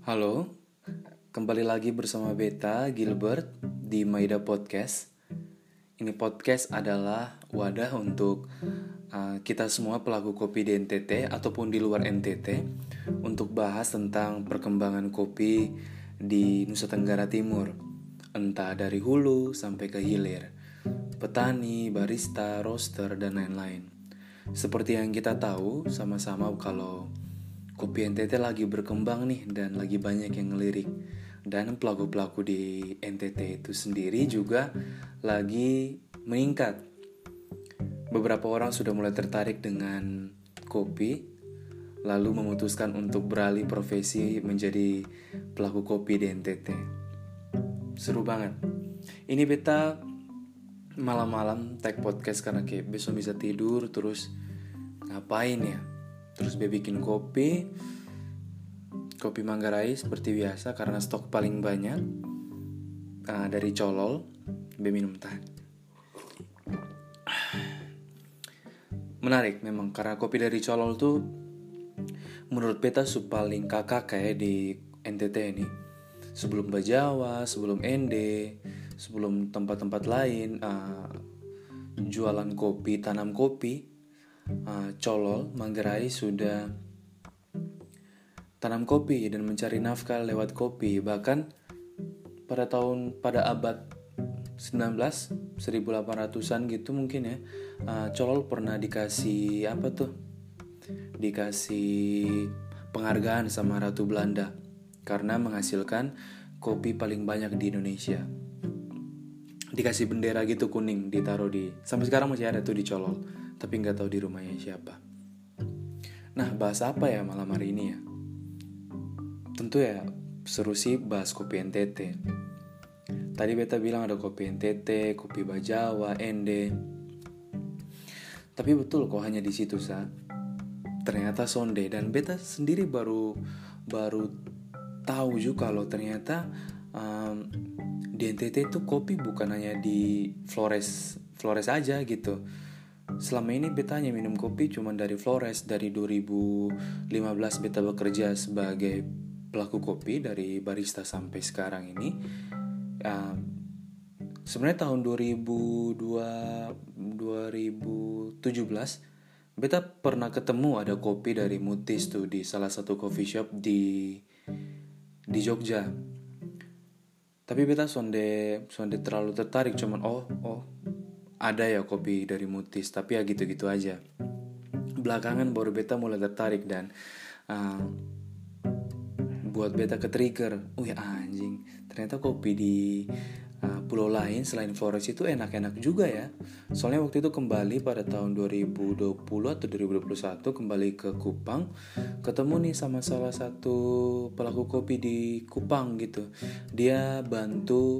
Halo, kembali lagi bersama Beta Gilbert di Maida Podcast. Ini podcast adalah wadah untuk kita semua pelaku kopi di NTT ataupun di luar NTT untuk bahas tentang perkembangan kopi di Nusa Tenggara Timur, entah dari hulu sampai ke hilir, petani, barista, roaster, dan lain-lain. Seperti yang kita tahu sama-sama kalau kopi NTT lagi berkembang nih dan lagi banyak yang ngelirik. Dan pelaku-pelaku di NTT itu sendiri juga lagi meningkat. Beberapa orang sudah mulai tertarik dengan kopi, lalu memutuskan untuk beralih profesi menjadi pelaku kopi di NTT. Seru banget. Ini beta malam-malam tag podcast karena kayak besok bisa tidur terus ngapain ya? Terus be bikin kopi Manggarai seperti biasa karena stok paling banyak dari Colol. Be minum teh. Menarik memang karena kopi dari Colol tuh menurut beta paling kakak kayak di NTT ini. Sebelum Bajawa, sebelum ND, sebelum tempat-tempat lain jualan kopi, tanam kopi, Colol, Manggarai sudah tanam kopi dan mencari nafkah lewat kopi. Bahkan pada abad 19, 1800-an gitu mungkin ya, Colol pernah dikasih penghargaan sama Ratu Belanda karena menghasilkan kopi paling banyak di Indonesia. Dikasih bendera gitu kuning, ditaruh sampai sekarang masih ada tuh di Colol, tapi nggak tahu di rumahnya siapa. Nah, bahas apa ya malam hari ini ya? Tentu ya seru sih bahas kopi NTT. Tadi beta bilang ada kopi NTT, kopi Bajawa, Ende. Tapi betul kok hanya di situ ternyata sonde, dan beta sendiri baru tahu juga kalau ternyata di NTT itu kopi bukan hanya di Flores aja gitu. Selama ini beta hanya minum kopi cuma dari Flores. Dari 2015 beta bekerja sebagai pelaku kopi dari barista sampai sekarang ini. Sebenarnya tahun 2017 beta pernah ketemu ada kopi dari Mutis tuh di salah satu coffee shop di Jogja. Tapi beta sonde terlalu tertarik, cuman ada ya kopi dari Mutis, tapi ya gitu-gitu aja. Belakangan baru beta mulai tertarik dan buat beta ke trigger. Anjing, ternyata kopi di pulau lain selain Flores itu enak-enak juga ya. Soalnya waktu itu kembali pada tahun 2020 atau 2021 kembali ke Kupang, ketemu nih sama salah satu pelaku kopi di Kupang gitu. Dia bantu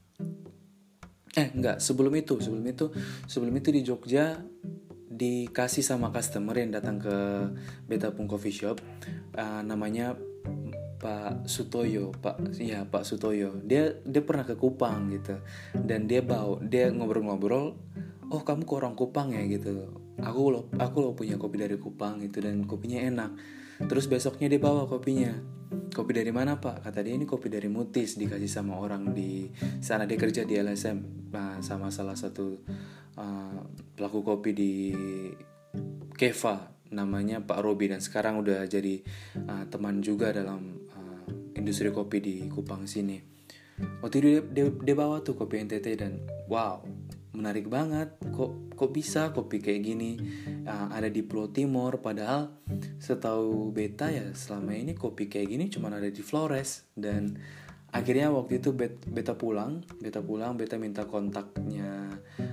sebelum itu di Jogja dikasih sama customer yang datang ke Beta Pung Coffee Shop, namanya Pak Sutoyo. Dia pernah ke Kupang gitu, dan dia ngobrol-ngobrol, kamu ke orang Kupang ya gitu, aku lo punya kopi dari Kupang gitu dan kopinya enak. Terus besoknya dia bawa kopinya. Kopi dari mana pak? Kata dia, ini kopi dari Mutis, dikasih sama orang di sana. Dia kerja di LSM sama salah satu pelaku kopi di Keva, namanya Pak Robi, dan sekarang udah jadi teman juga dalam industri kopi di Kupang sini. Waktu itu dia bawa tuh kopi NTT dan wow, menarik banget. Kok bisa kopi kayak gini ada di Pulau Timur, padahal setahu beta ya selama ini kopi kayak gini cuma ada di Flores. Dan akhirnya waktu itu beta pulang, beta minta kontaknya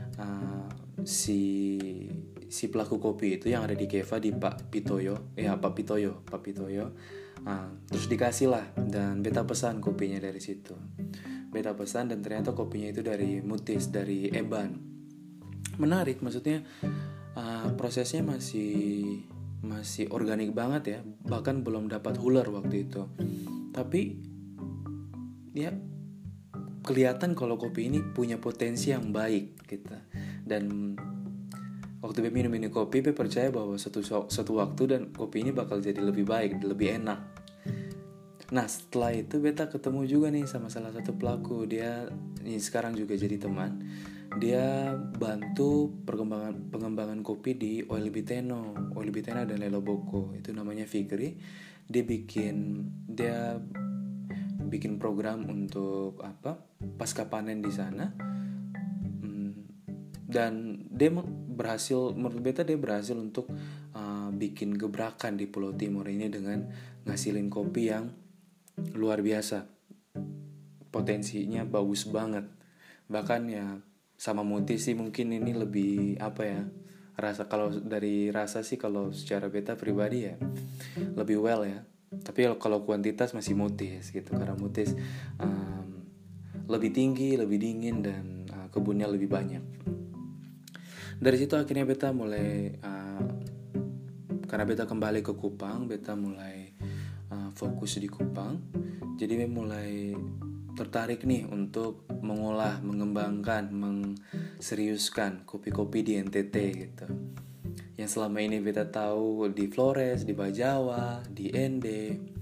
si pelaku kopi itu yang ada di Keva, di Pak Pitoyo. Terus dikasih lah, dan beta pesan kopinya dari situ. Beta pesan dan ternyata kopinya itu dari Mutis, dari Eban. Menarik, maksudnya prosesnya masih organik banget ya. Bahkan belum dapat huler waktu itu. Tapi ya kelihatan kalau kopi ini punya potensi yang baik gitu. Dan waktu Be minum ini kopi, Be percaya bahwa suatu waktu dan kopi ini bakal jadi lebih baik, lebih enak. Nah setelah itu beta ketemu juga nih sama salah satu pelaku. Dia ini sekarang juga jadi teman. Dia bantu pengembangan kopi di Oil Biteno dan Lelo Boko. Itu namanya Fikri. Dia bikin program untuk pasca panen di sana. Dan dia berhasil, menurut beta dia berhasil untuk bikin gebrakan di Pulau Timur ini dengan ngasilin kopi yang luar biasa. Potensinya bagus banget. Bahkan ya sama Muti sih mungkin ini lebih kalau dari rasa sih, kalau secara beta pribadi ya lebih well ya. Tapi kalau kuantitas masih Mutis gitu, karena Mutis lebih tinggi, lebih dingin, dan kebunnya lebih banyak. Dari situ akhirnya beta mulai karena beta kembali ke Kupang, beta mulai fokus di Kupang. Jadi beta mulai tertarik nih untuk mengolah, mengembangkan, menseriuskan kopi-kopi di NTT gitu. Yang selama ini beta tahu di Flores, di Bajawa, di Ende.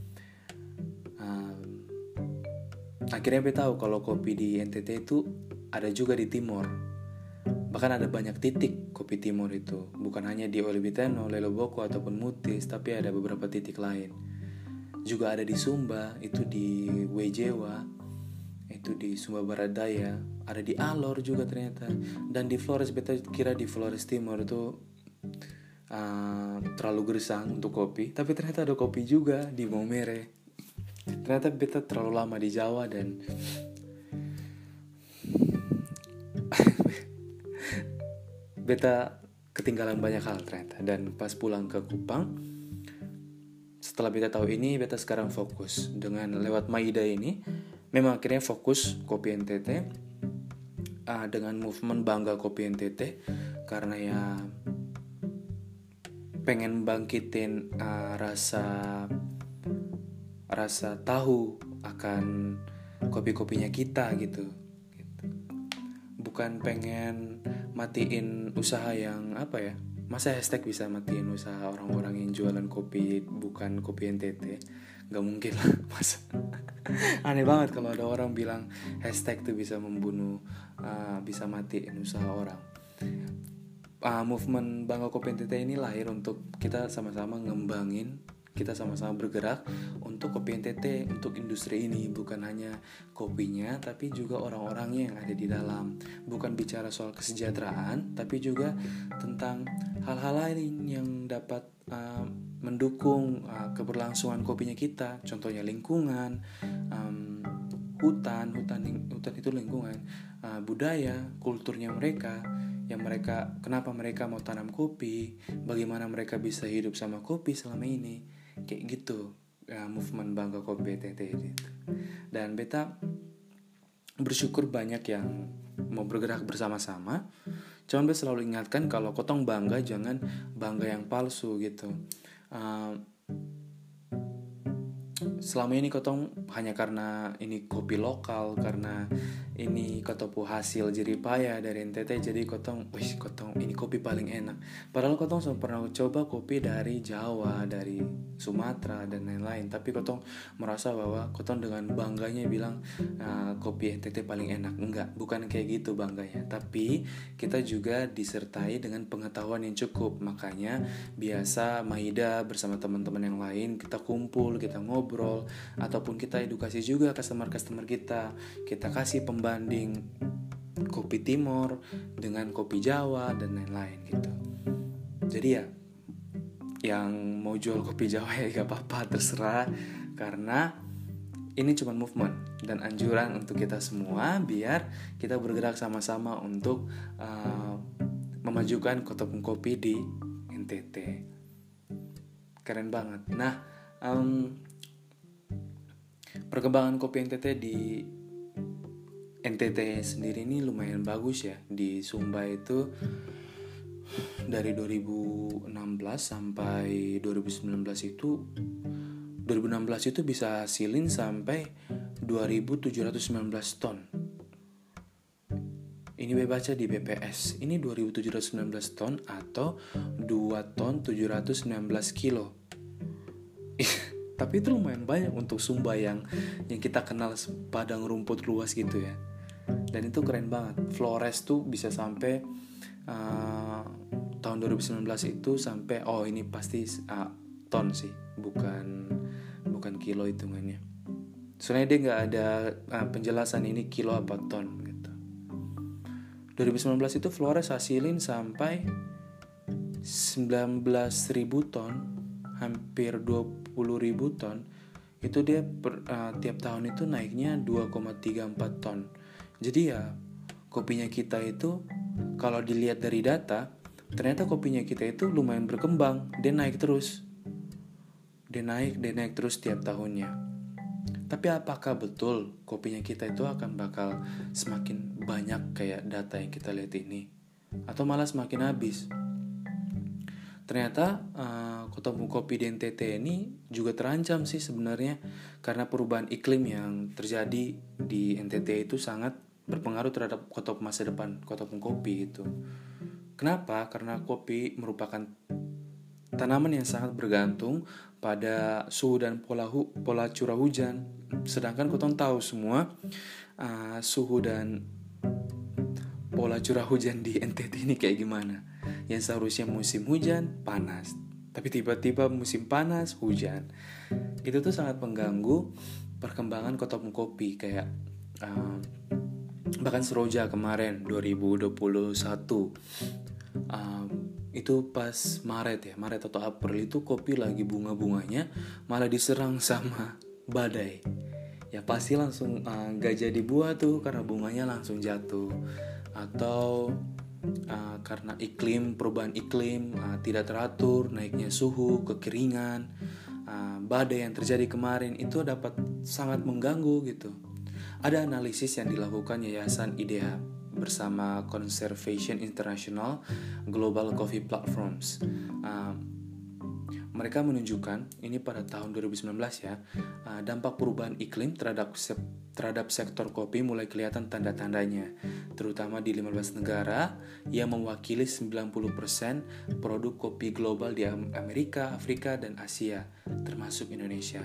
Akhirnya beta tahu kalau kopi di NTT itu ada juga di Timor. Bahkan ada banyak titik kopi Timur itu. Bukan hanya di Oil Biteno, Lelo Boko, ataupun Mutis, tapi ada beberapa titik lain. Juga ada di Sumba, itu di Wejewa, itu di Sumba Barat Daya. Ada di Alor juga ternyata. Dan di Flores, beta kira di Flores Timur itu terlalu gersang untuk kopi. Tapi ternyata ada kopi juga di Maumere. Ternyata beta terlalu lama di Jawa dan beta ketinggalan banyak hal ternyata. Dan pas pulang ke Kupang, setelah beta tahu ini, beta sekarang fokus dengan lewat Maida ini. Memang akhirnya fokus kopi NTT dengan movement Bangga Kopi NTT, karena ya pengen bangkitin rasa tahu akan kopi-kopinya kita gitu. Bukan pengen matiin usaha yang masa hashtag bisa matiin usaha orang-orang yang jualan kopi bukan kopi NTT? Gak mungkin lah, masa. Aneh banget kalau ada orang bilang hashtag tuh bisa membunuh, bisa matiin usaha orang. Movement Bangga Kopi NTT ini lahir untuk kita sama-sama ngembangin, kita sama-sama bergerak untuk kopi NTT, untuk industri ini. Bukan hanya kopinya, tapi juga orang-orangnya yang ada di dalam. Bukan bicara soal kesejahteraan, tapi juga tentang hal-hal lain yang dapat mendukung keberlangsungan kopinya kita. Contohnya lingkungan, hutan itu lingkungan, budaya, kulturnya mereka, kenapa mereka mau tanam kopi, bagaimana mereka bisa hidup sama kopi selama ini, kayak gitu. Movement Bangga Kopi NTT gitu. Dan beta bersyukur banyak yang mau bergerak bersama-sama. Cuman beta selalu ingatkan kalau kotong bangga, jangan bangga yang palsu gitu. Selama ini kotong hanya karena ini kopi lokal, karena ini kotopu hasil jeripaya dari NTT, jadi kotong ini kopi paling enak. Padahal kotong sudah pernah coba kopi dari Jawa, dari Sumatera dan lain-lain, tapi kotong merasa bahwa kotong dengan bangganya bilang kopi NTT paling enak. Enggak, bukan kayak gitu bangganya, tapi kita juga disertai dengan pengetahuan yang cukup. Makanya biasa Maida bersama teman-teman yang lain kita kumpul, kita ngobrol, ataupun kita edukasi juga customer kita. Kita kasih pembanding kopi Timur dengan kopi Jawa dan lain-lain gitu. Jadi ya, yang mau jual kopi Jawa ya gak apa-apa, terserah. Karena ini cuma movement dan anjuran untuk kita semua, biar kita bergerak sama-sama untuk memajukan kotopung kopi di NTT. Keren banget. Nah, perkembangan kopi NTT di NTT sendiri ini lumayan bagus ya. Di Sumba itu dari 2016 sampai 2019 itu 2016 itu bisa hasilin sampai 2.719 ton. Ini gue baca di BPS. Ini 2.719 ton atau 2 ton 719 kilo. Tapi itu lumayan banyak untuk Sumba yang kita kenal padang rumput luas gitu ya. Dan itu keren banget. Flores tuh bisa sampai tahun 2019 itu sampai, ini pasti ton sih, bukan kilo hitungannya. Soalnya dia nggak ada penjelasan ini kilo apa ton gitu. 2019 itu Flores hasilin sampai 19.000 ton, hampir 20.000 ton. Itu dia tiap tahun itu naiknya 2,34 ton. Jadi ya kopinya kita itu kalau dilihat dari data, ternyata kopinya kita itu lumayan berkembang. Dia naik terus. Dia naik terus tiap tahunnya. Tapi apakah betul kopinya kita itu akan bakal semakin banyak kayak data yang kita lihat ini? Atau malah semakin habis? Ternyata kotopung kopi di NTT ini juga terancam sih sebenarnya, karena perubahan iklim yang terjadi di NTT itu sangat berpengaruh terhadap masa depan kotopung kopi itu. Kenapa? Karena kopi merupakan tanaman yang sangat bergantung pada suhu dan pola curah hujan. Sedangkan kita tahu semua suhu dan pola curah hujan di NTT ini kayak gimana. Yang seharusnya musim hujan panas, tapi tiba-tiba musim panas hujan. Itu tuh sangat mengganggu perkembangan kotopung kopi. Kayak bahkan Seroja kemarin 2021 itu pas Maret atau April itu kopi lagi bunga-bunganya malah diserang sama badai. Ya pasti langsung gak jadi buah tuh karena bunganya langsung jatuh. Atau karena perubahan iklim tidak teratur, naiknya suhu, kekeringan, badai yang terjadi kemarin itu dapat sangat mengganggu gitu. Ada analisis yang dilakukan Yayasan IDEA bersama Conservation International Global Coffee Platforms. Mereka menunjukkan ini pada tahun 2019 ya, dampak perubahan iklim terhadap sektor kopi mulai kelihatan tanda-tandanya, terutama di 15 negara yang mewakili 90% produk kopi global di Amerika, Afrika, dan Asia, termasuk Indonesia.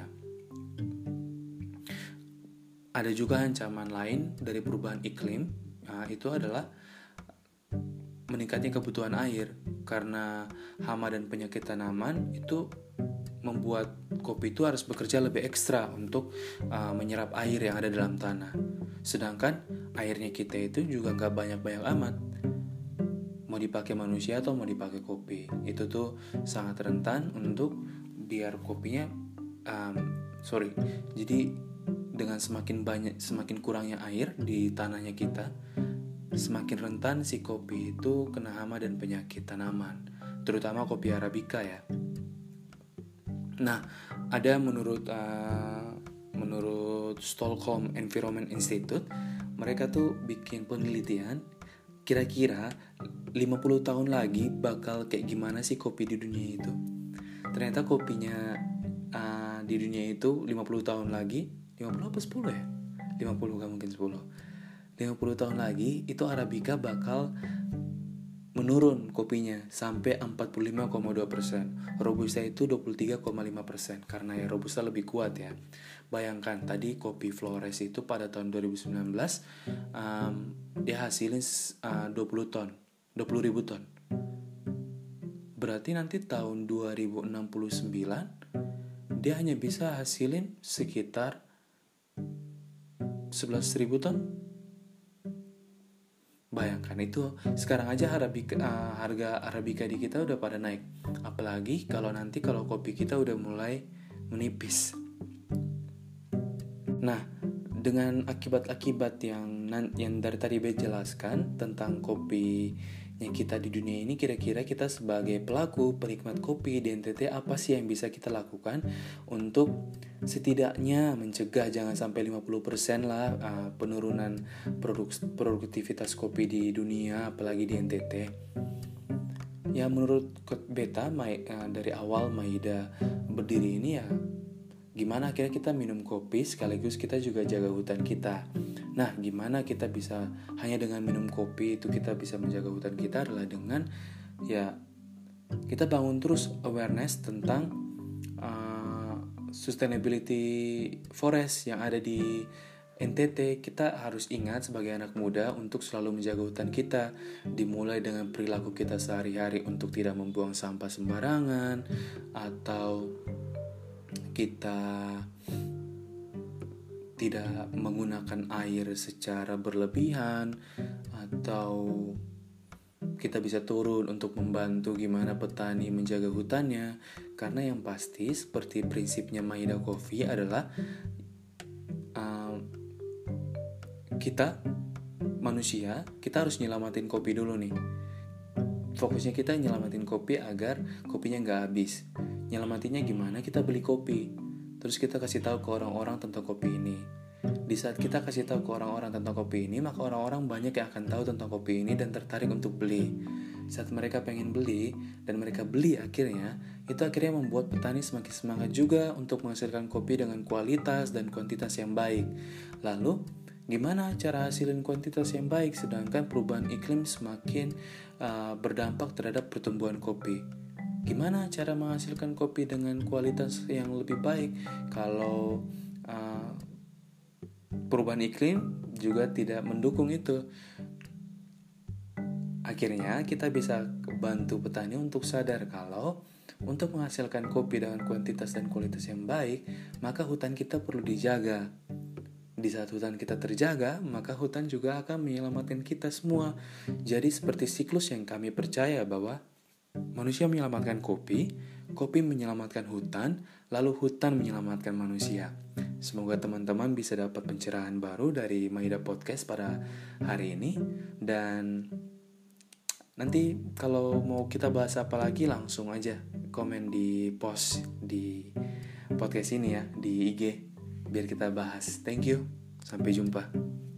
Ada juga ancaman lain dari perubahan iklim, itu adalah meningkatnya kebutuhan air, karena hama dan penyakit tanaman itu membuat kopi itu harus bekerja lebih ekstra untuk menyerap air yang ada dalam tanah. Sedangkan airnya kita itu juga gak banyak-banyak amat, mau dipakai manusia atau mau dipakai kopi. Itu tuh sangat rentan untuk biar kopinya jadi dengan semakin kurangnya air di tanahnya kita, semakin rentan si kopi itu kena hama dan penyakit tanaman, terutama kopi Arabica ya. Nah, ada menurut Stockholm Environment Institute, mereka tuh bikin penelitian kira-kira 50 tahun lagi bakal kayak gimana sih kopi di dunia itu. Ternyata kopinya di dunia itu 50 tahun lagi, 50 apa 10 ya? 50 gak mungkin 10. 50 tahun lagi itu Arabica bakal menurun kopinya sampai 45,2%. Robusta itu 23,5% karena ya Robusta lebih kuat ya. Bayangkan tadi kopi Flores itu pada tahun 2019 dia hasilin 20 ribu ton. Berarti nanti tahun 2069 dia hanya bisa hasilin sekitar 11.000 ton. Bayangkan itu sekarang aja harga Arabica di kita udah pada naik. Apalagi kalau kopi kita udah mulai menipis. Nah, dengan akibat-akibat yang dari tadi Ben jelaskan tentang kopinya kita di dunia ini, kira-kira kita sebagai pelaku penikmat kopi di NTT apa sih yang bisa kita lakukan untuk setidaknya mencegah jangan sampai 50% lah penurunan produktivitas kopi di dunia, apalagi di NTT. Ya menurut Beta dari awal Maida berdiri ini ya, gimana akhirnya kita minum kopi sekaligus kita juga jaga hutan kita. Nah, gimana kita bisa hanya dengan minum kopi itu kita bisa menjaga hutan kita adalah dengan ya kita bangun terus awareness tentang sustainability forest yang ada di NTT, kita harus ingat sebagai anak muda untuk selalu menjaga hutan kita, dimulai dengan perilaku kita sehari-hari untuk tidak membuang sampah sembarangan, atau kita tidak menggunakan air secara berlebihan, atau kita bisa turun untuk membantu gimana petani menjaga hutannya. Karena yang pasti seperti prinsipnya Maida Coffee adalah kita manusia, kita harus nyelamatin kopi dulu nih. Fokusnya kita nyelamatin kopi agar kopinya nggak habis. Nyelamatinnya gimana? Kita beli kopi, terus kita kasih tahu ke orang-orang tentang kopi ini. Di saat kita kasih tahu ke orang-orang tentang kopi ini, maka orang-orang banyak yang akan tahu tentang kopi ini dan tertarik untuk beli. Saat mereka pengen beli dan mereka beli akhirnya, itu akhirnya membuat petani semakin semangat juga untuk menghasilkan kopi dengan kualitas dan kuantitas yang baik. Lalu, gimana cara hasilin kuantitas yang baik sedangkan perubahan iklim semakin berdampak terhadap pertumbuhan kopi? Gimana cara menghasilkan kopi dengan kualitas yang lebih baik kalau perubahan iklim juga tidak mendukung itu? Akhirnya kita bisa bantu petani untuk sadar kalau untuk menghasilkan kopi dengan kuantitas dan kualitas yang baik, maka hutan kita perlu dijaga. Di saat hutan kita terjaga, maka hutan juga akan menyelamatkan kita semua. Jadi seperti siklus yang kami percaya bahwa manusia menyelamatkan kopi, kopi menyelamatkan hutan, lalu hutan menyelamatkan manusia. Semoga teman-teman bisa dapat pencerahan baru dari Maida Podcast pada hari ini. Dan nanti kalau mau kita bahas apa lagi, langsung aja komen di post di podcast ini ya, di IG, biar kita bahas. Thank you, sampai jumpa.